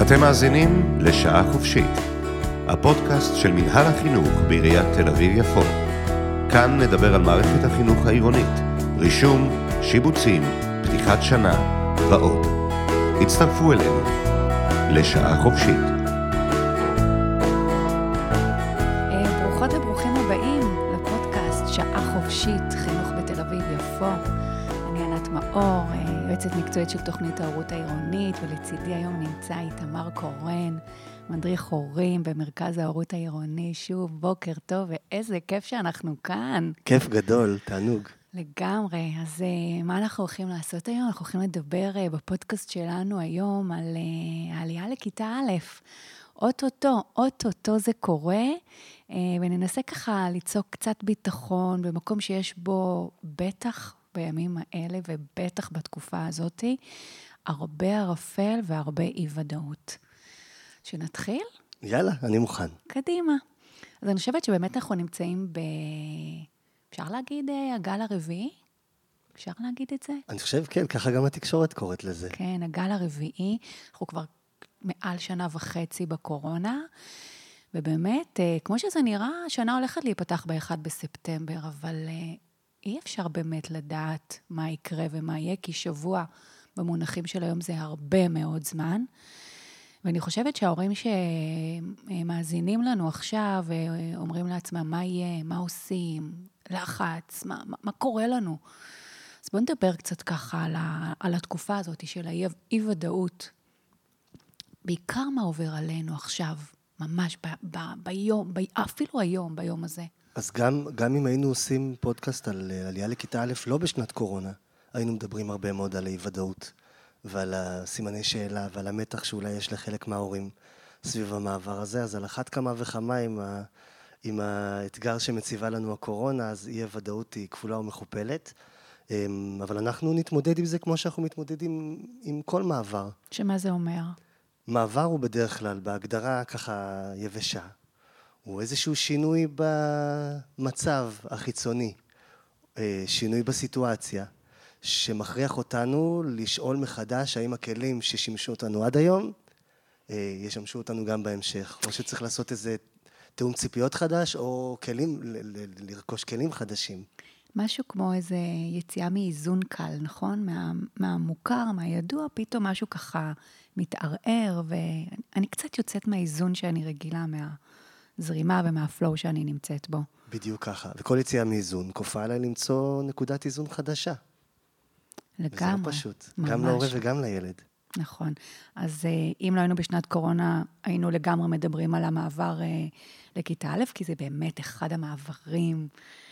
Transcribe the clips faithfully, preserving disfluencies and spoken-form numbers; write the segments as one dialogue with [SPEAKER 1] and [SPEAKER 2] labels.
[SPEAKER 1] אתם מאזינים לשעה חופשית, הפודקאסט של מנהל החינוך בעיריית תל אביב-יפו. כאן נדבר על מערכת החינוך העירונית, רישום, שיבוצים, פתיחת שנה ועוד. הצטרפו אלינו לשעה חופשית.
[SPEAKER 2] ברוכות וברוכים הבאים לפודקאסט שעה חופשית, חינוך בתל אביב-יפו. אני ענת מאור, יועצת מקצועית של תוכנית ההורות העירונית, ולצידי היום נמצא איתמר קורן, מדריך הורים במרכז ההורות העירוני. שוב, בוקר טוב, ואיזה כיף שאנחנו כאן.
[SPEAKER 3] כיף גדול, תענוג.
[SPEAKER 2] לגמרי. אז מה אנחנו הולכים לעשות היום? אנחנו הולכים לדבר בפודקאסט שלנו היום על העלייה לכיתה א'. אוטוטו, אוטוטו זה קורה, וננסה ככה ליצוק קצת ביטחון במקום שיש בו בטח בימים האלה, ובטח בתקופה הזאת, הרבה ערפל והרבה אי-ודאות. שנתחיל?
[SPEAKER 3] יאללה, אני מוכן.
[SPEAKER 2] קדימה. אז אני חושבת שבאמת אנחנו נמצאים ב... אפשר להגיד הגל הרביעי? אפשר להגיד את זה?
[SPEAKER 3] אני חושב, כן, ככה גם התקשורת קוראת לזה.
[SPEAKER 2] כן, הגל הרביעי, אנחנו כבר מעל שנה וחצי בקורונה, ובאמת, כמו שזה נראה, השנה הולכת להיפתח ב-אחד בספטמבר, אבל אי אפשר באמת לדעת מה יקרה ומה יהיה, כי שבוע במונחים של היום זה הרבה מאוד זמן, ואני חושבת שההורים שמאזינים לנו עכשיו, אומרים לעצמם מה יהיה, מה עושים, לחץ, מה, מה קורה לנו. אז בואו נדבר קצת ככה על, ה, על התקופה הזאת של האי-ודאות. בעיקר מה עובר עלינו עכשיו, ממש ב, ב, ביום, ב, אפילו היום, ביום הזה.
[SPEAKER 3] אז גם, גם אם היינו עושים פודקאסט על עלייה לכיתה א', לא בשנת קורונה, היינו מדברים הרבה מאוד על האי-ודאות, ועל הסימני שאלה, ועל המתח שאולי יש לחלק מההורים סביב המעבר הזה. אז על אחת כמה וכמה עם, ה, עם האתגר שמציבה לנו הקורונה, אז אי-הוודאות היא כפולה ומכופלת. אבל אנחנו נתמודד עם זה כמו שאנחנו מתמודדים עם כל מעבר.
[SPEAKER 2] שמה זה אומר?
[SPEAKER 3] מעבר הוא בדרך כלל, בהגדרה ככה יבשה. הוא איזשהו שינוי במצב החיצוני, שינוי בסיטואציה, שמכריח אותנו לשאול מחדש האם הכלים ששימשו אותנו עד היום, ישמשו אותנו גם בהמשך. או שצריך לעשות איזה תאום ציפיות חדש, או כלים, לרכוש כלים חדשים.
[SPEAKER 2] משהו כמו איזה יציאה מאיזון קל, נכון? מה, מהמוכר, מהידוע, פתאום משהו ככה מתערער, ואני קצת יוצאת מהאיזון שאני רגילה, מהזרימה ומהפלואו שאני נמצאת בו.
[SPEAKER 3] בדיוק ככה. וכל יציאה מאיזון כופה עליי למצוא נקודת איזון חדשה.
[SPEAKER 2] לגמרי.
[SPEAKER 3] וזה לא פשוט. ממש. גם להורה וגם לילד.
[SPEAKER 2] נכון. אז אם לא היינו בשנת קורונה, היינו לגמרי מדברים על המעבר לכיתה א', כי זה באמת אחד המעברים,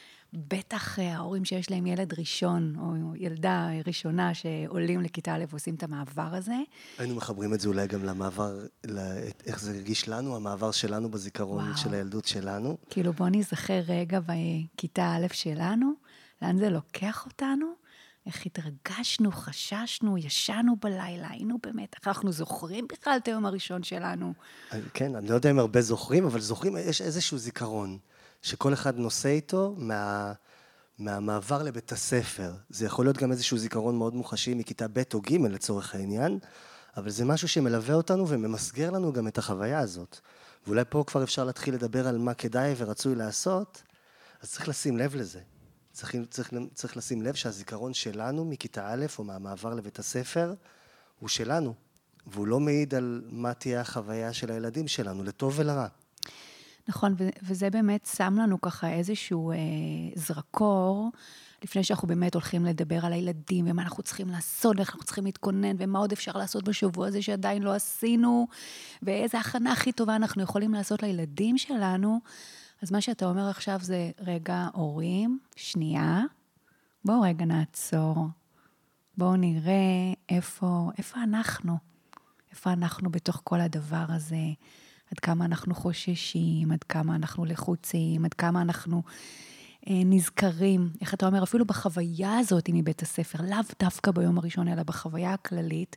[SPEAKER 2] בטח ההורים שיש להם ילד ראשון, או ילדה ראשונה שעולים לכיתה א' ועושים את המעבר הזה.
[SPEAKER 3] היינו מחברים את זה אולי גם למעבר, איך זה הרגיש לנו, המעבר שלנו בזיכרון וואו. של הילדות שלנו.
[SPEAKER 2] כאילו בוא נזכר רגע בכיתה א' שלנו, לאן זה לוקח אותנו, איך התרגשנו, חששנו, ישנו בלילה, היינו באמת, איך אנחנו זוכרים בכלל את היום הראשון שלנו.
[SPEAKER 3] כן, אני לא יודע אם הרבה זוכרים, אבל זוכרים, יש איזשהו זיכרון. שכל אחד נושא איתו מה, מהמעבר לבית הספר. זה יכול להיות גם איזשהו זיכרון מאוד מוחשי מכיתה ב' או ג' לצורך העניין, אבל זה משהו שמלווה אותנו וממסגר לנו גם את החוויה הזאת. ואולי פה כבר אפשר להתחיל לדבר על מה כדאי ורצוי לעשות, אז צריך לשים לב לזה. צריך, צריך, צריך לשים לב שהזיכרון שלנו מכיתה א' או מהמעבר לבית הספר הוא שלנו, והוא לא מעיד על מה תהיה החוויה של הילדים שלנו, לטוב ולרע.
[SPEAKER 2] נכון, וזה באמת שם לנו ככה איזשהו אה, זרקור, לפני שאנחנו באמת הולכים לדבר על הילדים, ומה אנחנו צריכים לעשות, ואיך אנחנו צריכים להתכונן, ומה עוד אפשר לעשות בשבוע הזה שעדיין לא עשינו, ואיזה הכנה הכי טובה אנחנו יכולים לעשות לילדים שלנו. אז מה שאתה אומר עכשיו זה, רגע, הורים, שנייה, בואו רגע נעצור, בואו נראה איפה, איפה אנחנו, איפה אנחנו בתוך כל הדבר הזה, עד כמה אנחנו חוששים, עד כמה אנחנו לחוצים, עד כמה אנחנו אה, נזכרים, איך אתה אומר, אפילו בחוויה הזאת מבית הספר, לאו דווקא ביום הראשון, אלא בחוויה הכללית,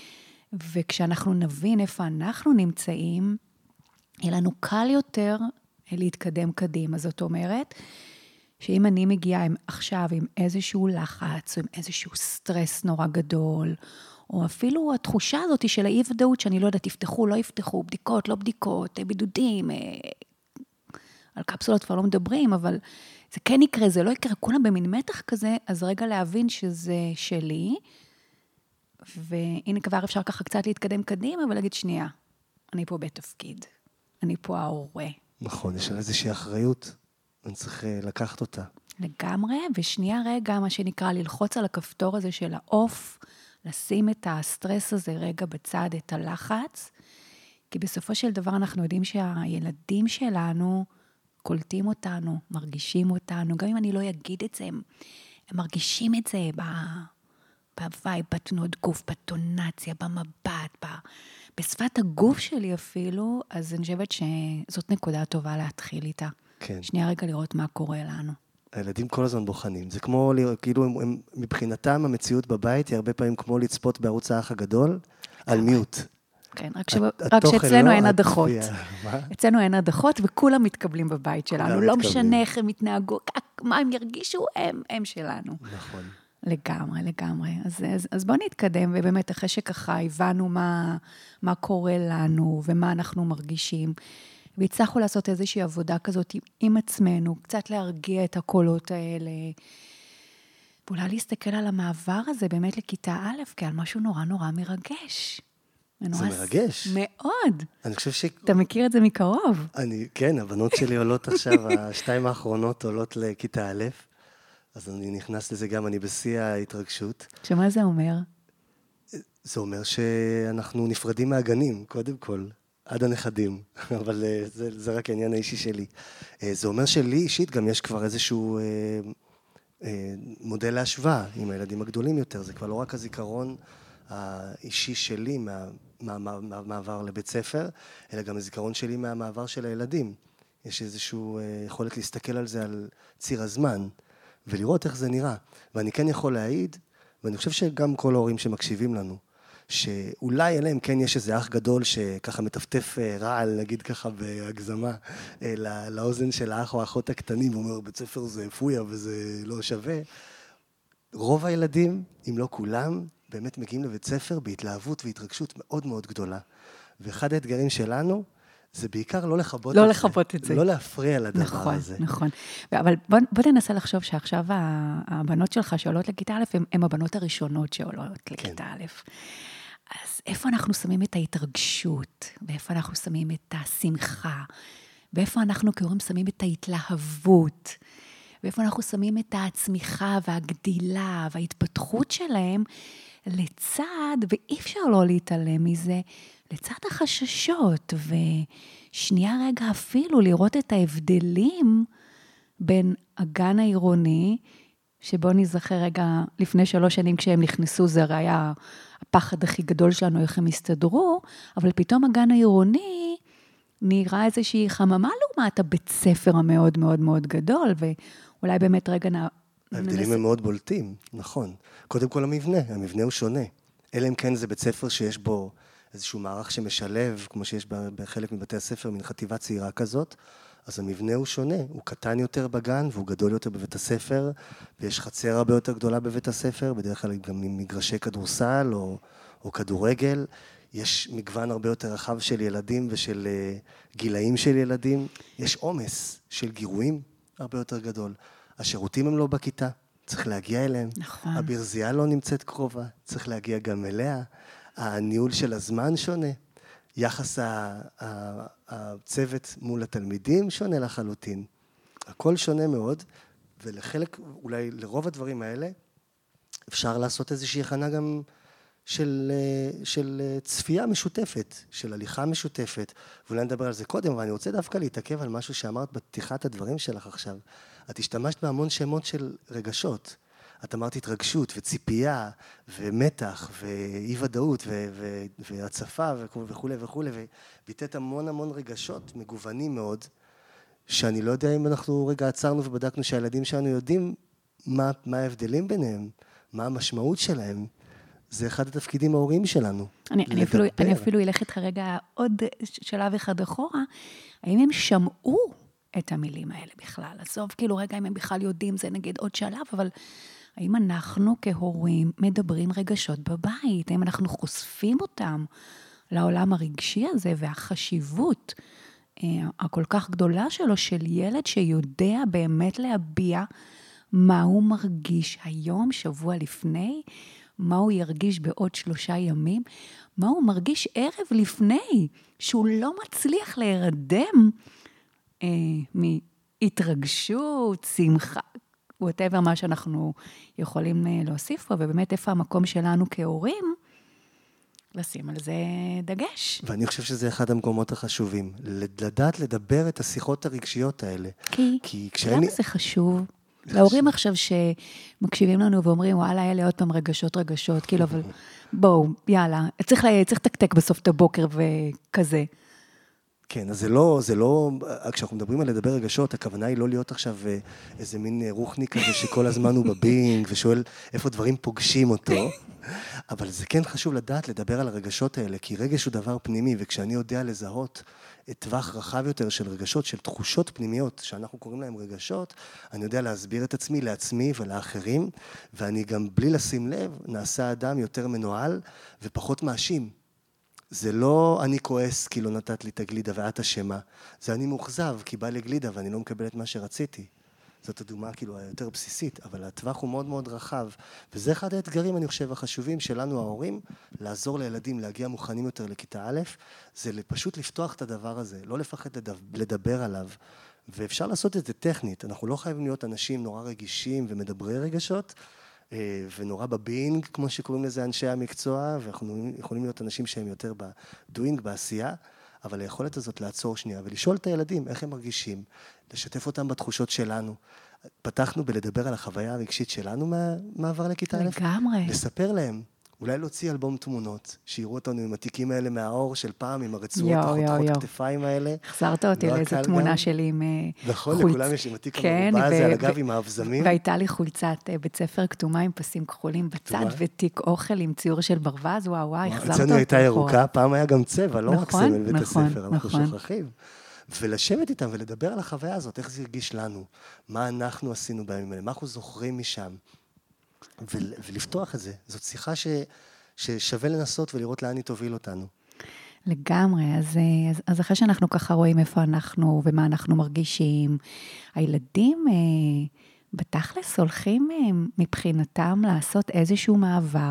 [SPEAKER 2] וכשאנחנו נבין איפה אנחנו נמצאים, יהיה לנו קל יותר להתקדם קדימה. זאת אומרת, שאם אני מגיעה עם, עכשיו עם איזשהו לחץ, או עם איזשהו סטרס נורא גדול, או אפילו התחושה הזאת של האי-ודאות, שאני לא יודעת, יפתחו, לא יפתחו, בדיקות, לא בדיקות, בידודים, על קפסולות כבר לא מדברים, אבל זה כן יקרה, זה לא יקרה, כולם במין מתח כזה, אז רגע להבין שזה שלי, והנה כבר אפשר ככה קצת להתקדם קדימה, ולהגיד שנייה, אני פה בתפקיד, אני פה ההורה.
[SPEAKER 3] נכון, יש על איזושהי אחריות, אני צריך לקחת אותה.
[SPEAKER 2] לגמרי, ושנייה רגע, מה שנקרא, ללחוץ על הכפתור הזה של העוף, לשים את הסטרס הזה רגע בצד, את הלחץ, כי בסופו של דבר אנחנו יודעים שהילדים שלנו קולטים אותנו, מרגישים אותנו, גם אם אני לא אגיד את זה, הם, הם מרגישים את זה בווייב, בתנועות גוף, בטונציה, במבט, ב, בשפת הגוף שלי אפילו, אז אני חושבת שזאת נקודה טובה להתחיל איתה.
[SPEAKER 3] כן. שנייה
[SPEAKER 2] רגע לראות מה קורה לנו.
[SPEAKER 3] הילדים כל הזמן בוחנים. זה כמו, כאילו, הם, הם, מבחינתם המציאות בבית היא הרבה פעמים כמו לצפות בערוץ האח הגדול, על מיוט.
[SPEAKER 2] כן, רק שאצלנו אין הדחות. אצלנו אין הדחות, וכולם מתקבלים בבית שלנו. לא משנה איך הם יתנהגו, מה הם ירגישו, הם שלנו.
[SPEAKER 3] נכון.
[SPEAKER 2] לגמרי, לגמרי. אז בואו נתקדם, ובאמת, אחרי שככה הבנו מה קורה לנו, ומה אנחנו מרגישים, והצלחנו לעשות איזושהי עבודה כזאת עם עצמנו, קצת להרגיע את הקולות האלה, ואולי להסתכל על המעבר הזה באמת לכיתה א', כעל משהו נורא נורא מרגש.
[SPEAKER 3] זה מרגש.
[SPEAKER 2] מאוד.
[SPEAKER 3] אני חושב ש...
[SPEAKER 2] אתה מכיר את זה מקרוב.
[SPEAKER 3] אני, כן, הבנות שלי עולות עכשיו, השתיים האחרונות עולות לכיתה א', אז אני נכנס לזה גם, אני בשיא ההתרגשות.
[SPEAKER 2] שמה זה אומר?
[SPEAKER 3] זה אומר שאנחנו נפרדים מהגנים, קודם כל. עד הנכדים, אבל זה, זה רק העניין האישי שלי. זה אומר שלי אישית גם יש כבר איזשהו מודל להשוואה עם הילדים הגדולים יותר. זה כבר לא רק הזיכרון האישי שלי מה, מה, מה, מהמעבר לבית ספר, אלא גם הזיכרון שלי מהמעבר של הילדים. יש איזשהו יכולת להסתכל על זה על ציר הזמן, ולראות איך זה נראה. ואני כן יכול להעיד, ואני חושב שגם כל ההורים שמקשיבים לנו, שאולי אליהם כן יש איזה אח גדול שככה מטפטף רעל, נגיד ככה בהגזמה, לא, לאוזן של האח או האחות הקטנים, הוא אומר, בית ספר זה פויה וזה לא שווה. רוב הילדים, אם לא כולם, באמת מגיעים לבית ספר בהתלהבות והתרגשות מאוד מאוד גדולה. ואחד האתגרים שלנו, זה בעיקר לא לחבות
[SPEAKER 2] לא
[SPEAKER 3] את
[SPEAKER 2] לחבות
[SPEAKER 3] זה.
[SPEAKER 2] את זה.
[SPEAKER 3] לא להפריע לדבר
[SPEAKER 2] נכון,
[SPEAKER 3] הזה.
[SPEAKER 2] נכון, נכון. אבל בוא, בוא ננסה לחשוב שעכשיו הבנות שלך שעולות לכיתה א', הן הבנות הראשונות שעולות לכיתה א'. אז איפה אנחנו שמים את ההתרגשות, ואיפה אנחנו שמים את השמחה, ואיפה אנחנו כהורים שמים את ההתלהבות, ואיפה אנחנו שמים את הצמיחה והגדילה וההתפתחות שלהם, לצד, ואי אפשר לא להתעלם מזה, לצד החששות, ושנייה רגע אפילו לראות את ההבדלים בין הגן העירוני, שבו נזכר רגע לפני שלוש שנים כשהם נכנסו, זה היה הפחד הכי גדול שלנו, איך הם הסתדרו, אבל פתאום הגן העירוני נראה איזושהי חממה לעומת הבית ספר המאוד מאוד מאוד גדול, ואולי באמת רגע נ...
[SPEAKER 3] ההבדלים הם מאוד בולטים, נכון. קודם כל המבנה, המבנה הוא שונה. אלא אם כן זה בית ספר שיש בו איזשהו מערך שמשלב, כמו שיש בחלק מבתי הספר, מן חטיבה צעירה כזאת, אז המבנה הוא שונה, הוא קטן יותר בגן, והוא גדול יותר בבית הספר, ויש חצר הרבה יותר גדולה בבית הספר, בדרך כלל גם עם מגרשי כדורסל או, או כדורגל, יש מגוון הרבה יותר רחב של ילדים ושל uh, גילאים של ילדים, יש עומס של גירויים הרבה יותר גדול. השירותים הם לא בכיתה, צריך להגיע אליהם.
[SPEAKER 2] נכון.
[SPEAKER 3] הברזייה לא נמצאת קרובה, צריך להגיע גם אליה. הניהול של הזמן שונה. יחס הצוות מול התלמידים שונה לחלוטין. הכל שונה מאוד, ולחלק, אולי לרוב הדברים האלה, אפשר לעשות איזושהי הכנה גם של, של צפייה משותפת, של הליכה משותפת, ואולי נדבר על זה קודם, אבל אני רוצה דווקא להתעכב על משהו שאמרת בפתיחת הדברים שלך עכשיו. את השתמשת בהמון שמות של רגשות. את אמרת התרגשות וציפייה ומתח ואי ודאות ו- ו- והצפה וכו' וכו', וביטאת המון המון רגשות מגוונים מאוד, שאני לא יודע אם אנחנו רגע עצרנו ובדקנו שהילדים שלנו יודעים מה, מה ההבדלים ביניהם, מה המשמעות שלהם. זה אחד התפקידים ההוריים שלנו.
[SPEAKER 2] אני, אני, אפילו, אני אפילו אלך איתך רגע עוד שלב אחד אחורה, האם הם שמעו את המילים האלה בכלל? עזוב, כאילו רגע אם הם בכלל יודעים, זה נגיד עוד שלב, אבל האם אנחנו כהורים מדברים רגשות בבית? האם אנחנו חושפים אותם לעולם הרגשי הזה והחשיבות הכל כך גדולה שלו, של ילד שיודע באמת להביע מה הוא מרגיש היום, שבוע לפני, מה הוא ירגיש בעוד שלושה ימים, מה הוא מרגיש ערב לפני, שהוא לא מצליח להירדם אה, מהתרגשות, שמחה, whatever מה שאנחנו יכולים אה, להוסיף פה, ובאמת איפה המקום שלנו כהורים, לשים על זה דגש.
[SPEAKER 3] ואני חושב שזה אחד המקומות החשובים, לדעת לדבר את השיחות הרגשיות האלה.
[SPEAKER 2] כי,
[SPEAKER 3] כי
[SPEAKER 2] כשאני... למה זה חשוב? להורים עכשיו שמקשיבים לנו ואומרים, וואלה, היה לי עוד פעם רגשות, רגשות, כאילו, אבל בואו, יאללה, צריך לתקתק בסוף את הבוקר וכזה.
[SPEAKER 3] כן, אז זה לא, זה לא, כשאנחנו מדברים על לדבר רגשות, הכוונה היא לא להיות עכשיו איזה מין רוחניק כזה שכל הזמן הוא בבינג ושואל איפה דברים פוגשים אותו, אבל זה כן חשוב לדעת לדבר על הרגשות האלה, כי רגש הוא דבר פנימי, וכשאני יודע לזהות את טווח רחב יותר של רגשות, של תחושות פנימיות, שאנחנו קוראים להם רגשות, אני יודע להסביר את עצמי, לעצמי ולאחרים, ואני גם בלי לשים לב, נעשה אדם יותר מנוהל ופחות מאשים. זה לא אני כועס כי לא נתת לי את הגלידה ואת אשמה, זה אני מוחזב כי בא לי גלידה ואני לא מקבל את מה שרציתי. זאת הדוגמה כאילו היותר בסיסית, אבל הטווח הוא מאוד מאוד רחב, וזה אחד האתגרים אני חושב החשובים שלנו ההורים, לעזור לילדים להגיע מוכנים יותר לכיתה א', זה פשוט לפתוח את הדבר הזה, לא לפחד לדבר עליו, ואפשר לעשות את זה טכנית, אנחנו לא חייבים להיות אנשים נורא רגישים ומדברי רגשות, ונורא בבינג, כמו שקוראים לזה אנשי המקצוע, ואנחנו יכולים להיות אנשים שהם יותר בדוינג, בעשייה, אבל היכולת הזאת לעצור שנייה, ולשאול את הילדים איך הם מרגישים, לשתף אותם בתחושות שלנו. פתחנו בלדבר על החוויה הרגשית שלנו מהמעבר לכיתה א'.
[SPEAKER 2] לגמרי.
[SPEAKER 3] לספר להם, אולי להוציא אלבום תמונות, שיראו אותנו עם התיקים האלה מהאור של פעם, עם הרצועות החותכות הכתפיים האלה.
[SPEAKER 2] החזרת אותי לאיזו תמונה שלי עם חולצה.
[SPEAKER 3] נכון, לכולם יש עם התיק המרובע הזה, על הגב עם האבזמים.
[SPEAKER 2] והייתה לי חולצת בית ספר כתומה עם פסים כחולים בצד, ותיק אוכל עם ציור של ברווז, וואו וואו, החזרת אותי.
[SPEAKER 3] אצלנו הייתה ירוקה, פעם היה גם צבע, לא רק סמל בית הספר, אנחנו שוכחים. ולשבת איתם ולדבר על החוויה הזאת, איך זה הרגיש לנו, מה אנחנו עשינו בימים האלה, מה אנחנו זוכרים משם. ולפתוח את זה. זאת שיחה ש, ששווה לנסות ולראות לאן היא תוביל אותנו.
[SPEAKER 2] לגמרי. אז, אז, אז אחרי שאנחנו ככה רואים איפה אנחנו ומה אנחנו מרגישים, הילדים בתכלס הולכים מבחינתם לעשות איזשהו מעבר.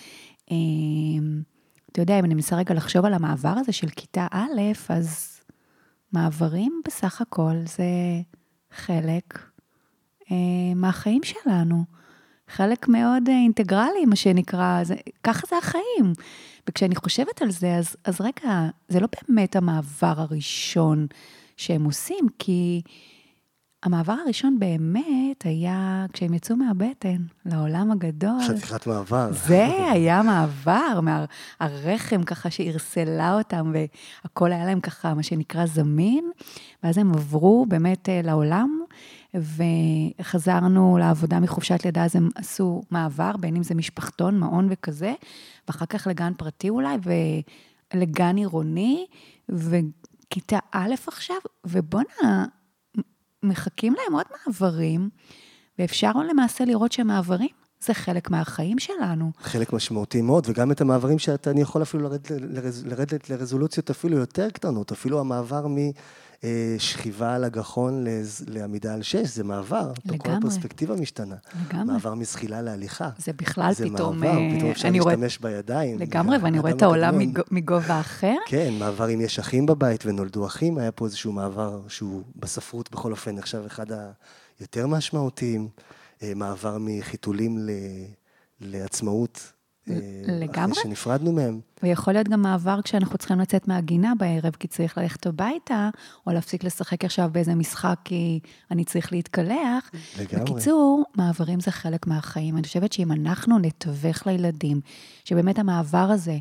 [SPEAKER 2] אתה יודע, אם אני מנסה רגע לחשוב על המעבר הזה של כיתה א', אז מעברים בסך הכל זה חלק מהחיים שלנו. חלק מאוד אינטגרלי, מה שנקרא, זה, ככה זה החיים. וכשאני חושבת על זה, אז, אז רגע, זה לא באמת המעבר הראשון שהם עושים, כי המעבר הראשון באמת היה כשהם יצאו מהבטן לעולם הגדול.
[SPEAKER 3] חתיכת מעבר.
[SPEAKER 2] זה היה מעבר, מהרחם ככה שהרסלה אותם, והכל היה להם ככה, מה שנקרא זמין, ואז הם עברו באמת לעולם, וחזרנו לעבודה מחופשת לידה, אז הם עשו מעבר, בין אם זה משפחתון, מעון וכזה, ואחר כך לגן פרטי אולי, ולגן עירוני, וכיתה א' עכשיו, ובוא'נה, מחכים להם עוד מעברים, ואפשר למעשה לראות שהמעברים זה חלק מהחיים שלנו. חלק
[SPEAKER 3] משמעותי מאוד, וגם את המעברים שאתה, אני יכול אפילו לרדת, לרז, לרדת לרזולוציות אפילו יותר קטנות, אפילו המעבר משכיבה על הגחון לעמידה על שש, זה מעבר. לגמרי. כל הפרספקטיבה משתנה. לגמרי. מעבר מזחילה להליכה.
[SPEAKER 2] זה בכלל
[SPEAKER 3] זה
[SPEAKER 2] פתאום...
[SPEAKER 3] מעבר, פתאום אפשר להשתמש רואה... בידיים.
[SPEAKER 2] לגמרי, ואני רואה את העולם מגובה אחר.
[SPEAKER 3] כן, מעבר אם יש אחים בבית ונולדו אחים, היה פה איזשהו מעבר שהוא בספרות בכל אופן, עכשיו אחד היותר משמעותיים, מעבר מחיתולים ל... לעצמאות,
[SPEAKER 2] לגמרי.
[SPEAKER 3] אחרי שנפרדנו מהם.
[SPEAKER 2] ויכול להיות גם מעבר כשאנחנו צריכים לצאת מהגינה בערב, כי צריך ללכת הביתה, או להפסיק לשחק עכשיו באיזה משחק, כי אני צריך להתקלח.
[SPEAKER 3] לגמרי.
[SPEAKER 2] בקיצור, מעברים זה חלק מהחיים. אני חושבת שאם אנחנו נתווך לילדים, שבאמת המעבר הזה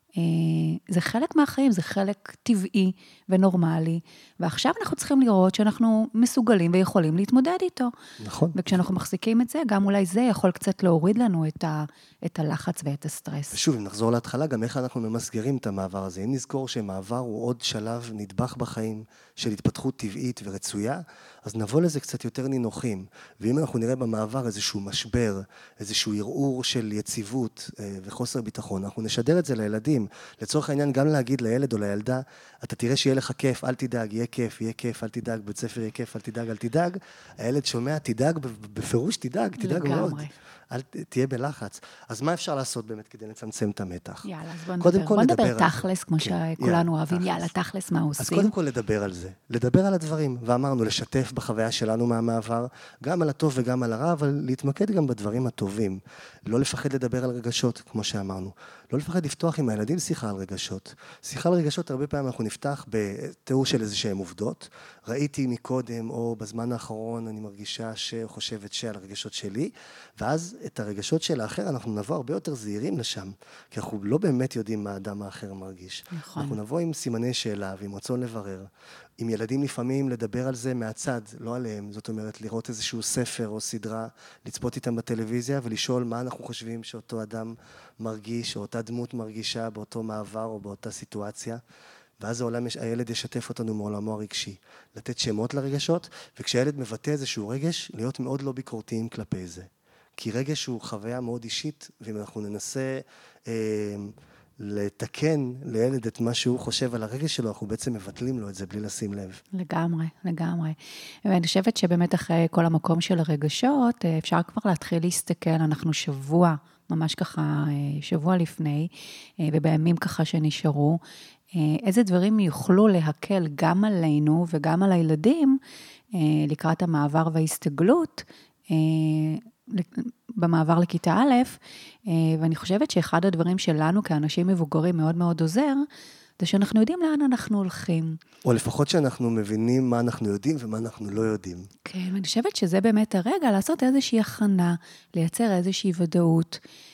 [SPEAKER 2] זה חלק מהחיים, זה חלק טבעי ונורמלי, ועכשיו אנחנו צריכים לראות שאנחנו מסוגלים ויכולים להתמודד איתו.
[SPEAKER 3] נכון.
[SPEAKER 2] וכשאנחנו מחזיקים את זה, גם אולי זה יכול קצת להוריד לנו את, ה, את הלחץ ואת הסטרס.
[SPEAKER 3] ושוב, אם נחזור להתחלה, גם איך אנחנו ממסגרים את המעבר הזה. אם נזכור שמעבר הוא עוד שלב נדבך בחיים של התפתחות טבעית ורצויה, אז נבוא לזה קצת יותר נינוחים. ואם אנחנו נראה במעבר איזשהו משבר, איזשהו ערעור של יציבות וחוסר ביטחון, אנחנו נשדר את זה לילדים. לצורך העניין, גם להגיד לילד או לילדה, אתה תראה שיהיה לך כיף, אל תדאג, יהיה כיף, יהיה כיף, אל תדאג, בית ספר יהיה כיף, אל תדאג, אל תדאג. הילד שומע, תדאג, בפירוש תדאג, תדאג מאוד. אל תהיה בלחץ. אז מה אפשר לעשות באמת כדי לצמצם את המתח?
[SPEAKER 2] יאללה, אז בוא נדבר. בוא נדבר תכלס, כמו שכולנו אוהבים. יאללה, תכלס, מה עושים?
[SPEAKER 3] אז קודם כל לדבר על זה. לדבר על הדברים. ואמרנו, לשתף בחוויה שלנו מהמעבר, גם על הטוב וגם על הרע, אבל להתמקד גם בדברים הטובים. לא לפחד לדבר על רגשות, כמו שאמרנו. לא לפחד לפתוח עם הילדים שיחה על רגשות. שיחה על רגשות, הרבה פעמים אנחנו נפתח בתיאור של איזשהם עובדות. ראיתי מקודם, או בזמן האחרון, אני מרגישה שחושבת שעל הרגשות שלי, ואז את הרגשות של האחר, אנחנו נבוא הרבה יותר זהירים לשם, כי אנחנו לא באמת יודעים מה האדם האחר מרגיש.
[SPEAKER 2] נכון.
[SPEAKER 3] אנחנו נבוא עם סימני שאלה, ועם רצון לברר. עם ילדים לפעמים לדבר על זה מהצד, לא עליהם. זאת אומרת, לראות איזשהו ספר או סדרה, לצפות איתם בטלוויזיה, ולשאול מה אנחנו חושבים שאותו אדם מרגיש, או אותה דמות מרגישה באותו מעבר או באותה סיטואציה. ואז העולם, הילד ישתף אותנו מעולמו הרגשי. לתת שמות לרגשות, וכשהילד מבטא איזשהו רגש, להיות מאוד לא ביקורתיים כלפי זה. כי רגש הוא חוויה מאוד אישית, ואם אנחנו ננסה אה, לתקן לילד את מה שהוא חושב על הרגש שלו, אנחנו בעצם מבטלים לו את זה בלי לשים לב.
[SPEAKER 2] לגמרי, לגמרי. ואני חושבת שבאמת אחרי כל המקום של הרגשות, אפשר כבר להתחיל להסתכל, אנחנו שבוע, ממש ככה שבוע לפני, ובימים ככה שנשארו, איזה דברים יוכלו להקל גם עלינו וגם על הילדים, לקראת המעבר וההסתגלות, במעבר לכיתה א', ואני חושבת שאחד הדברים שלנו כאנשים מבוגרים מאוד מאוד עוזר, זה שאנחנו יודעים לאן אנחנו הולכים.
[SPEAKER 3] או לפחות שאנחנו מבינים מה אנחנו יודעים ומה אנחנו לא יודעים.
[SPEAKER 2] כן, ואני חושבת שזה באמת הרגע לעשות איזושהי הכנה, לייצר איזושהי ודאות,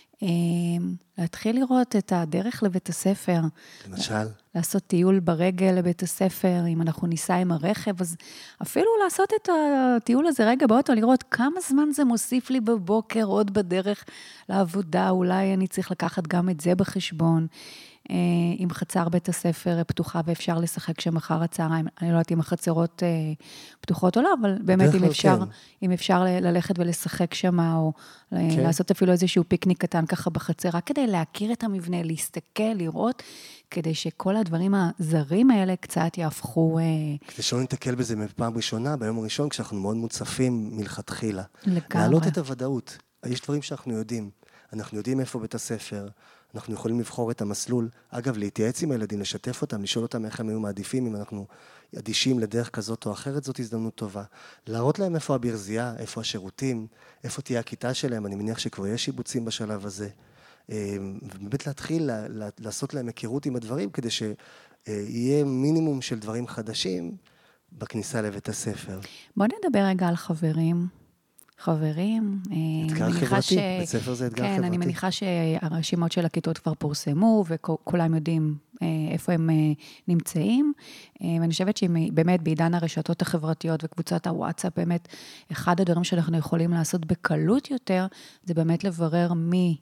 [SPEAKER 2] להתחיל לראות את הדרך לבית הספר.
[SPEAKER 3] למשל?
[SPEAKER 2] לעשות טיול ברגל לבית הספר, אם אנחנו ניסע עם הרכב, אז אפילו לעשות את הטיול הזה רגע באוטו, לראות כמה זמן זה מוסיף לי בבוקר, עוד בדרך לעבודה, אולי אני צריך לקחת גם את זה בחשבון. אם חצר בית הספר פתוחה ואפשר לשחק שם אחר הצהריים, אני לא יודעת אם החצרות פתוחות או לא, אבל באמת אם אפשר, אם אפשר ללכת ולשחק שם, או לעשות אפילו איזשהו פיקניק קטן ככה בחצר, רק כדי להכיר את המבנה, להסתכל, לראות, כדי שכל הדברים הזרים האלה קצת יהפכו...
[SPEAKER 3] כדי שלא נתקל בזה מפעם ראשונה, ביום הראשון, כשאנחנו מאוד מוצפים מלכתחילה.
[SPEAKER 2] לגמרי.
[SPEAKER 3] להעלות את הוודאות. יש דברים שאנחנו יודעים. אנחנו יודעים איפה בית הספר, אנחנו יכולים לבחור את המסלול. אגב, להתייעץ עם הילדים, לשתף אותם, לשאול אותם איך הם היו מעדיפים, אם אנחנו אדישים לדרך כזאת או אחרת, זאת הזדמנות טובה. להראות להם איפה הברזייה, איפה השירותים, איפה תהיה הכיתה שלהם, אני מניח שכבר יש שיבוצים בשלב הזה. ובאמת להתחיל לעשות להם היכרות עם הדברים, כדי שיהיה מינימום של דברים חדשים בכניסה לבית הספר.
[SPEAKER 2] בוא נדבר רגע על חברים. חברים.
[SPEAKER 3] אתגר חברתי, בית ספר זה אתגר חברתי.
[SPEAKER 2] כן, אני מניחה שהרשימות של הכיתות כבר פורסמו, וכולם יודעים איפה הם נמצאים, ואני חושבת שבאמת בעידן הרשתות החברתיות וקבוצת הוואטסאפ, באמת אחד הדברים שאנחנו יכולים לעשות בקלות יותר, זה באמת לברר מי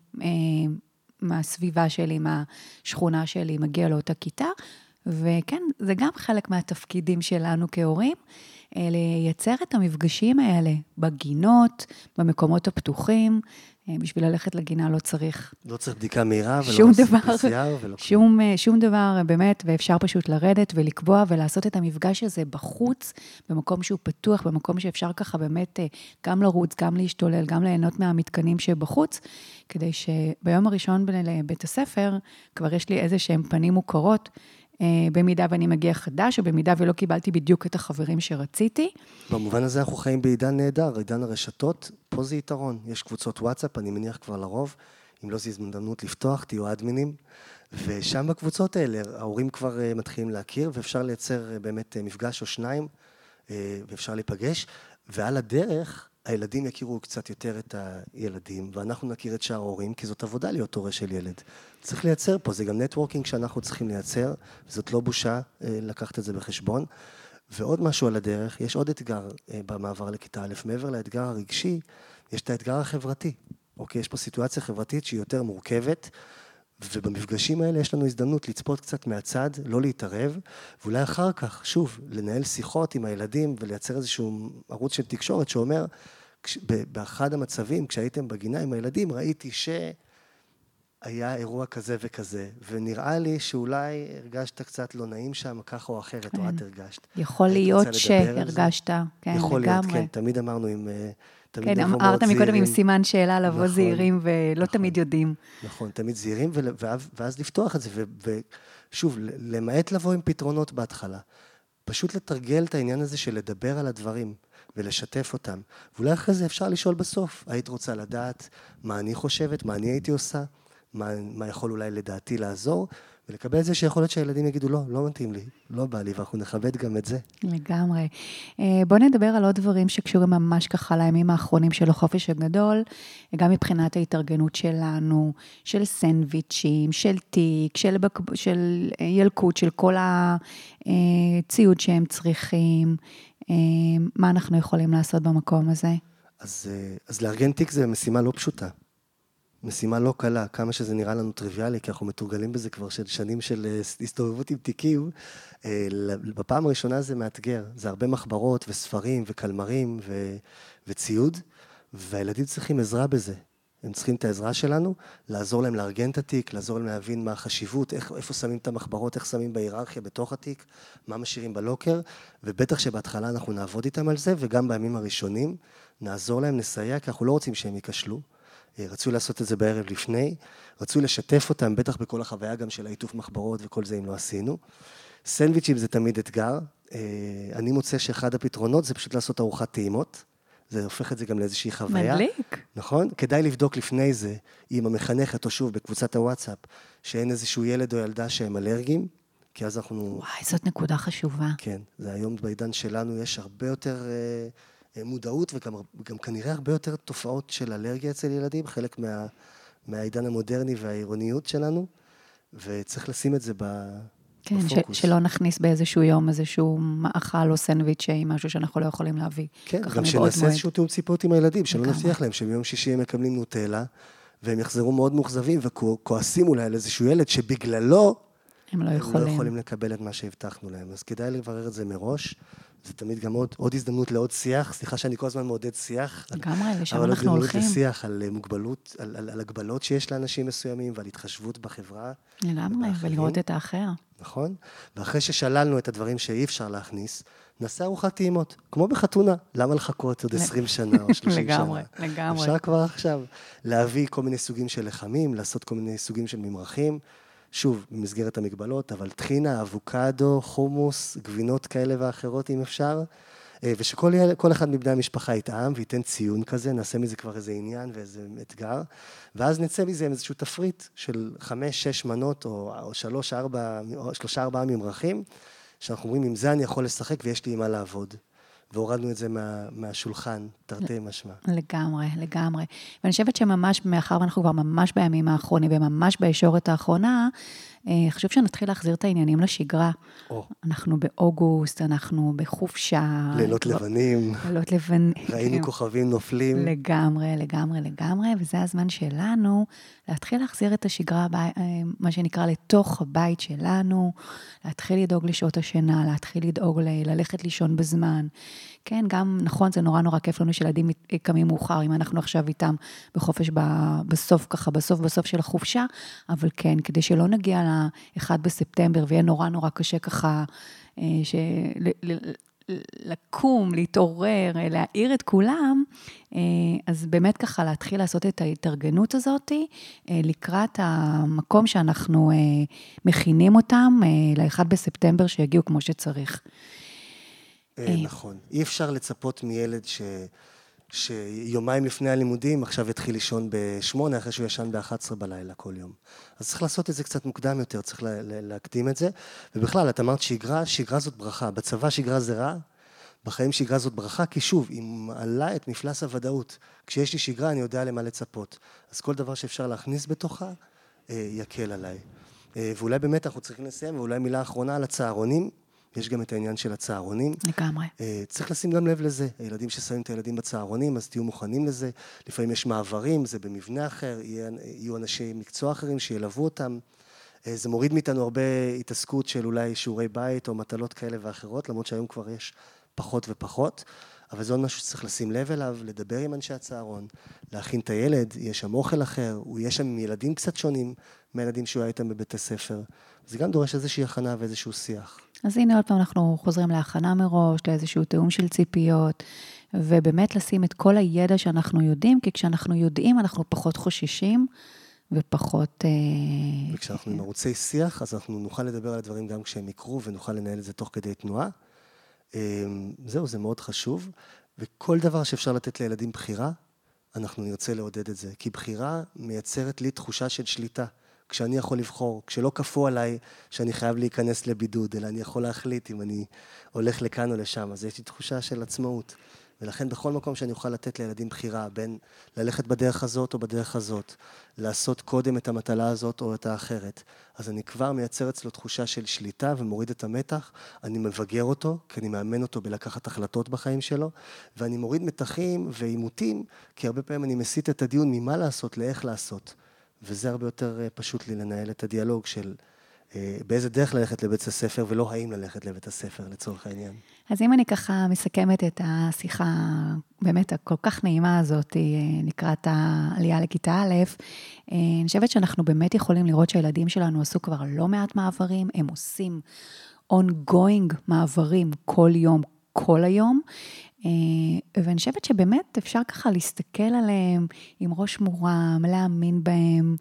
[SPEAKER 2] מהסביבה שלי, מהשכונה שלי, מגיע לאותה כיתה, וכן, זה גם חלק מהתפקידים שלנו כהורים, לייצר את המפגשים האלה בגינות, במקומות הפתוחים, בשביל ללכת לגינה לא צריך...
[SPEAKER 3] לא צריך בדיקה מהירה,
[SPEAKER 2] ולא
[SPEAKER 3] עושים פי סי אר ולא...
[SPEAKER 2] שום, שום דבר באמת, ואפשר פשוט לרדת ולקבוע ולעשות את המפגש הזה בחוץ, במקום שהוא פתוח, במקום שאפשר ככה באמת גם לרוץ, גם להשתולל, גם ליהנות מהמתקנים שבחוץ, כדי שביום הראשון לבית הספר, כבר יש לי איזה שהם פנים מוכרות, במידה ואני מגיע חדש, או במידה ולא קיבלתי בדיוק את החברים שרציתי.
[SPEAKER 3] במובן הזה אנחנו חיים בעידן נהדר, עידן הרשתות, פה זה יתרון. יש קבוצות וואטסאפ, אני מניח כבר לרוב, אם לא זו הזדמנות לפתוח, תהיו אדמינים, ושם בקבוצות האלה, ההורים כבר מתחילים להכיר, ואפשר לייצר באמת מפגש או שניים, ואפשר להיפגש, ועל הדרך הילדים יכירו קצת יותר את הילדים, ואנחנו נכיר את שאר ההורים, כי זאת עבודה להיות הורה של ילד. צריך לייצר פה, זה גם נטוורקינג שאנחנו צריכים לייצר, זאת לא בושה לקחת את זה בחשבון. ועוד משהו על הדרך, יש עוד אתגר במעבר לכיתה א', מעבר לאתגר הרגשי, יש את האתגר החברתי. אוקיי, יש פה סיטואציה חברתית שהיא יותר מורכבת, ובמפגשים האלה יש לנו הזדמנות לצפות קצת מהצד, לא להתערב, ואולי אחר כך, שוב, לנהל שיחות עם הילדים ולייצר איזשהו ערוץ של תקשורת שאומר, באחד המצבים, כשהייתם בגינה עם הילדים, ראיתי שהיה אירוע כזה וכזה, ונראה לי שאולי הרגשת קצת לא נעים שם, ככה או אחרת, או את הרגשת.
[SPEAKER 2] יכול להיות שהרגשת, כן,
[SPEAKER 3] יכול להיות,
[SPEAKER 2] לגמרי.
[SPEAKER 3] כן, תמיד אמרנו עם...
[SPEAKER 2] כן, אמרת מקודם עם סימן שאלה, לבוא זהירים ולא תמיד יודעים.
[SPEAKER 3] נכון, תמיד זהירים, ואז לפתוח את זה, ושוב, למעט לבוא עם פתרונות בהתחלה, פשוט לתרגל את העניין הזה של לדבר על הדברים, ולשתף אותם, ואולי אחרי זה אפשר לשאול בסוף, היית רוצה לדעת מה אני חושבת, מה אני הייתי עושה, מה יכול אולי לדעתי לעזור, ולקבל את זה שיכול להיות שהילדים יגידו, לא, לא מתאים לי, לא בא לי, ואנחנו נכבד גם את זה.
[SPEAKER 2] לגמרי. בואו נדבר על עוד דברים שקשורים ממש ככה לימים האחרונים של החופש הגדול, גם מבחינת ההתארגנות שלנו, של סנדוויצ'ים, של תיק, של, של ילקוט, של כל הציוד שהם צריכים, מה אנחנו יכולים לעשות במקום הזה?
[SPEAKER 3] אז, אז לארגן תיק זה משימה לא פשוטה. משימה לא קלה, כמה שזה נראה לנו טריוויאלי, כי אנחנו מתורגלים בזה כבר של שנים של הסתובבות עם תיקים. בפעם הראשונה זה מאתגר, זה הרבה מחברות וספרים וקלמרים ו... וציוד, והילדים צריכים עזרה בזה. הם צריכים את העזרה שלנו, לעזור להם לארגן את התיק, לעזור להם להבין מה החשיבות, איך, איפה שמים את המחברות, איך שמים בהיררכיה בתוך התיק, מה משאירים בלוקר, ובטח שבהתחלה אנחנו נעבוד איתם על זה, וגם בימים הראשונים נעזור להם, נסייע, כי אנחנו לא רוצים שהם ייכשלו. רצו לעשות את זה בערב לפני, רצו לשתף אותם, בטח בכל החוויה גם של העיטוף מחברות וכל זה אם לא עשינו. סנדוויצ'ים זה תמיד אתגר. אני מוצא שאחד הפתרונות זה פשוט לעשות ארוחת טעימות. זה הופך את זה גם לאיזושהי חוויה.
[SPEAKER 2] מדליק.
[SPEAKER 3] נכון? כדאי לבדוק לפני זה, אם המחנכת או שוב בקבוצת הוואטסאפ, שאין איזשהו ילד או ילדה שהם אלרגיים, כי אז אנחנו...
[SPEAKER 2] וואי, זאת נקודה חשובה.
[SPEAKER 3] כן, זה היום בעידן שלנו יש הרבה יותר... מודעות וגם גם כנראה הרבה יותר תופעות של אלרגיה אצל ילדים, חלק מה, מהעידן המודרני והעירוניות שלנו, וצריך לשים את זה
[SPEAKER 2] כן,
[SPEAKER 3] בפוקוס.
[SPEAKER 2] ש, שלא נכניס באיזשהו יום איזשהו מאכל או סנדוויץ' עם משהו שאנחנו לא יכולים להביא.
[SPEAKER 3] כן, גם שנעשה איזשהו תיאום ציפיות עם הילדים, שלא נבטיח להם שביום שישי הם מקבלים נוטלה, והם יחזרו מאוד מוכזבים וכועסים אולי על איזשהו ילד שבגללו
[SPEAKER 2] הם לא יכולים.
[SPEAKER 3] הם לא יכולים לקבל את מה שהבטחנו להם. אז כדאי לברר את זה מראש. זה תמיד גם עוד, עוד הזדמנות לעוד שיח, סליחה שאני כל הזמן מעודד שיח.
[SPEAKER 2] לגמרי, לשם
[SPEAKER 3] אנחנו הולכים.
[SPEAKER 2] אבל עוד הזדמנות
[SPEAKER 3] לשיח על מוגבלות, על, על, על הגבלות שיש לאנשים מסוימים, ועל התחשבות בחברה.
[SPEAKER 2] לגמרי, ולראות את האחר.
[SPEAKER 3] נכון? ואחרי ששללנו את הדברים שאי אפשר להכניס, נעשה ארוחת טעימות, כמו בחתונה. למה לחכות עוד עשרים שנה או שלושים שנה?
[SPEAKER 2] לגמרי, לגמרי.
[SPEAKER 3] אפשר כבר עכשיו להביא כל מיני סוגים של לחמים, לעשות כל מיני סוגים של ממרחים, שוב, במסגרת המגבלות, אבל טחינה, אבוקדו, חומוס, גבינות כאלה ואחרות אם אפשר, ושכל כל אחד מבני המשפחה יטעם וייתן ציון כזה, נעשה מזה כבר איזה עניין ואיזה אתגר, ואז נצא מזה עם איזשהו תפריט של חמש, שש מנות, או, או שלוש, ארבע, או שלושה, ארבעה ממרחים, שאנחנו אומרים, עם זה אני יכול לשחק ויש לי עם מה לעבוד. והורדנו את זה מה, מהשולחן, תרתי משמע.
[SPEAKER 2] לגמרי, לגמרי. ואני חושבת שממש, מאחר ואנחנו כבר ממש בימים האחרונים, וממש בישורת האחרונה, חשוב שנתחיל להחזיר את העניינים לשגרה. או. אנחנו באוגוסט, אנחנו בחופשה.
[SPEAKER 3] לילות לבנים.
[SPEAKER 2] לילות לבנים.
[SPEAKER 3] ראינו כוכבים נופלים.
[SPEAKER 2] לגמרי, לגמרי, לגמרי, וזה הזמן שלנו להתחיל להחזיר את השגרה, מה שנקרא, לתוך הבית שלנו, להתחיל לדאוג לשעות השינה, להתחיל לדאוג ללכת לישון בזמן. כן, גם נכון, זה נורא נורא כיף לנו שילדים קמים מאוחר, אם אנחנו עכשיו איתם בחופש בסוף, ככה, בסוף, בסוף של החופשה, אבל כן, כדי שלא נגיע ל-אחד בספטמבר, ויהיה נורא נורא קשה ככה, של... לקום, להתעורר, להעיר את כולם, אז באמת ככה להתחיל לעשות את ההתארגנות הזאת, לקראת המקום שאנחנו מכינים אותם, ל-אחד בספטמבר שיגיעו כמו שצריך.
[SPEAKER 3] נכון. אי אפשר לצפות מילד ש... שיומיים לפני הלימודים, עכשיו יתחיל לישון בשמונה, אחרי שהוא ישן ב-אחת עשרה בלילה כל יום. אז צריך לעשות את זה קצת מוקדם יותר, צריך לה, להקדים את זה. ובכלל, את אמרת שגרה, שגרה זאת ברכה. בצבא שגרה זה רע, בחיים שגרה זאת ברכה, כי שוב, היא מעלה את מפלס הוודאות. כשיש לי שגרה, אני יודע למה לצפות. אז כל דבר שאפשר להכניס בתוכה, יקל עליי. ואולי באמת אנחנו צריכים לסיים, ואולי מילה אחרונה על הצהרונים, יש גם את העניין של הצהרונים.
[SPEAKER 2] לגמרי.
[SPEAKER 3] צריך לשים גם לב לזה. הילדים ששמים את הילדים בצהרונים, אז תהיו מוכנים לזה. לפעמים יש מעברים, זה במבנה אחר, יהיו אנשי מקצוע אחרים שילוו אותם. זה מוריד מאיתנו הרבה התעסקות של אולי שיעורי בית או מטלות כאלה ואחרות, למרות שהיום כבר יש פחות ופחות. אבל זה עוד משהו שצריך לשים לב אליו, לדבר עם אנשי הצהרון, להכין את הילד, יש שם אוכל אחר, הוא יש שם ילדים קצת שונים מהילדים שהוא היה איתם בבית הספר. זה גם דורש איזושהי הכנה ואיזשהו שיח.
[SPEAKER 2] אז הנה עוד פעם אנחנו חוזרים להכנה מראש, לאיזשהו תאום של ציפיות, ובאמת לשים את כל הידע שאנחנו יודעים, כי כשאנחנו יודעים אנחנו פחות חוששים, ופחות...
[SPEAKER 3] וכשאנחנו עם ערוצי שיח, אז אנחנו נוכל לדבר על הדברים גם כשהם יקרו, ונוכל לנהל את זה תוך כדי תנועה. זהו, זה מאוד חשוב, וכל דבר שאפשר לתת לילדים בחירה, אנחנו נרצה לעודד את זה, כי בחירה מייצרת לי תחושה של שליטה, כשאני יכול לבחור, כשלא כפו עליי שאני חייב להיכנס לבידוד, אלא אני יכול להחליט אם אני הולך לכאן או לשם, אז יש לי תחושה של עצמאות, ולכן בכל מקום שאני אוכל לתת לילדים בחירה, בין ללכת בדרך הזאת או בדרך הזאת, לעשות קודם את המטלה הזאת או את האחרת, אז אני כבר מייצר אצלו תחושה של שליטה ומוריד את המתח, אני מבגר אותו, כי אני מאמן אותו בלקחת החלטות בחיים שלו, ואני מוריד מתחים ועימותים, כי הרבה פעמים אני מסיט את הדיון ממה לעשות, לאיך לעשות, וזה הרבה יותר פשוט לי לנהל את הדיאלוג של באיזה דרך ללכת לבית הספר, ולא האם ללכת לבית הספר, לצורך העניין.
[SPEAKER 2] אז אם אני ככה מסכמת את השיחה, באמת הכל כך נעימה הזאת, לקראת העלייה לכיתה א', אני חושבת שאנחנו באמת יכולים לראות שהילדים שלנו עשו כבר לא מעט מעברים, הם עושים ongoing מעברים כל יום, כל היום, ואני חושבת שבאמת אפשר ככה להסתכל עליהם עם ראש מורם, להאמין בהם,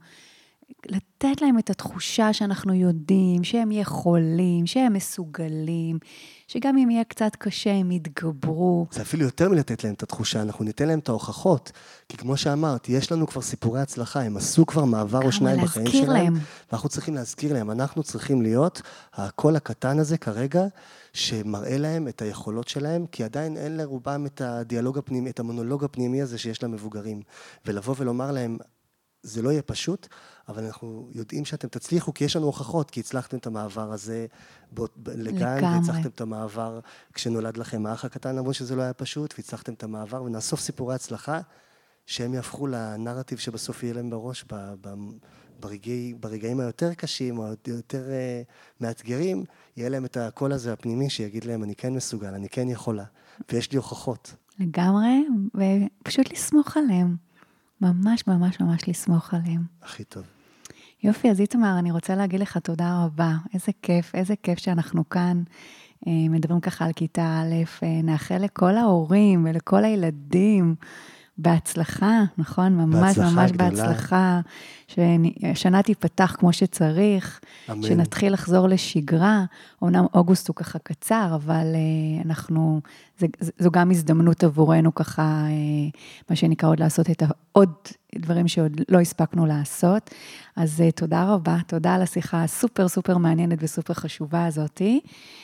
[SPEAKER 2] לתת להם את התחושה שאנחנו יודעים, שהם יכולים, שהם מסוגלים, שגם אם יהיה קצת קשה, הם יתגברו.
[SPEAKER 3] זה אפילו יותר מלתת להם את התחושה, אנחנו ניתן להם את ההוכחות, כי כמו שאמרת, יש לנו כבר סיפורי הצלחה, הם עשו כבר מעבר או שניים בחיים שלהם, להם. ואנחנו צריכים להזכיר להם, אנחנו צריכים להיות הקול הקטן הזה כרגע, שמראה להם את היכולות שלהם, כי עדיין אין לרובם את הדיאלוג הפנימי, את המונולוג הפנימי הזה שיש למבוגרים, ולבוא ולומר להם, זה לא יהיה פשוט, אבל אנחנו יודעים שאתם תצליחו, כי יש לנו הוכחות, כי הצלחתם את המעבר הזה לגן, והצלחתם את המעבר כשנולד לכם האח הקטן, למרות שזה לא היה פשוט, והצלחתם את המעבר, ונאסוף סיפורי הצלחה, שהם יהפכו לנרטיב שבסוף יהיה להם בראש, ברגעי, ברגעים היותר קשים, או יותר מאתגרים, יהיה להם את הקול הזה הפנימי, שיגיד להם, אני כן מסוגל, אני כן יכולה, ויש לי הוכחות.
[SPEAKER 2] לגמרי, ופשוט לסמוך עליהם. ממש ממש ממש לסמוך עליהם.
[SPEAKER 3] הכי טוב.
[SPEAKER 2] יופי, אז איתמר, אני רוצה להגיד לך תודה רבה. איזה כיף, איזה כיף שאנחנו כאן, מדברים ככה על כיתה א', נאחל לכל ההורים ולכל הילדים, בהצלחה, נכון? ממש ממש בהצלחה, ששנה תיפתח כמו שצריך, אמן. שנתחיל לחזור לשגרה, אומנם אוגוסט הוא ככה קצר, אבל אנחנו, זה, זו גם הזדמנות עבורנו ככה, מה שנקרא עוד לעשות את העוד דברים שעוד לא הספקנו לעשות, אז תודה רבה, תודה על השיחה הסופר סופר מעניינת וסופר חשובה הזאתי,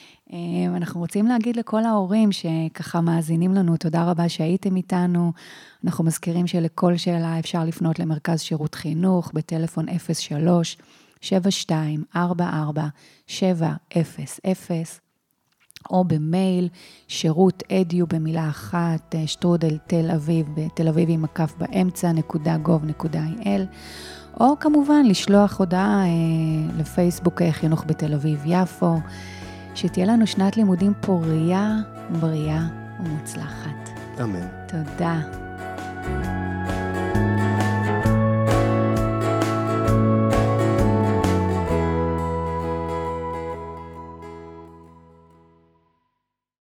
[SPEAKER 2] אנחנו רוצים להגיד לכל ההורים שככה מאזינים לנו, תודה רבה שהייתם איתנו, אנחנו מזכירים שלכל שאלה אפשר לפנות למרכז שירות חינוך, בטלפון אפס שלוש שבע שתיים ארבע ארבע שבע אפס אפס, או במייל שירות אדיו במילה אחת, שטרודל תל אביב, בתל אביב עם מקף באמצע, נקודה גוב נקודה איי אל, או כמובן לשלוח הודעה לפייסבוק חינוך בתל אביב יפו, שתהיה לנו שנת לימודים פוריה, בריאה ומוצלחת.
[SPEAKER 3] אמן.
[SPEAKER 2] תודה.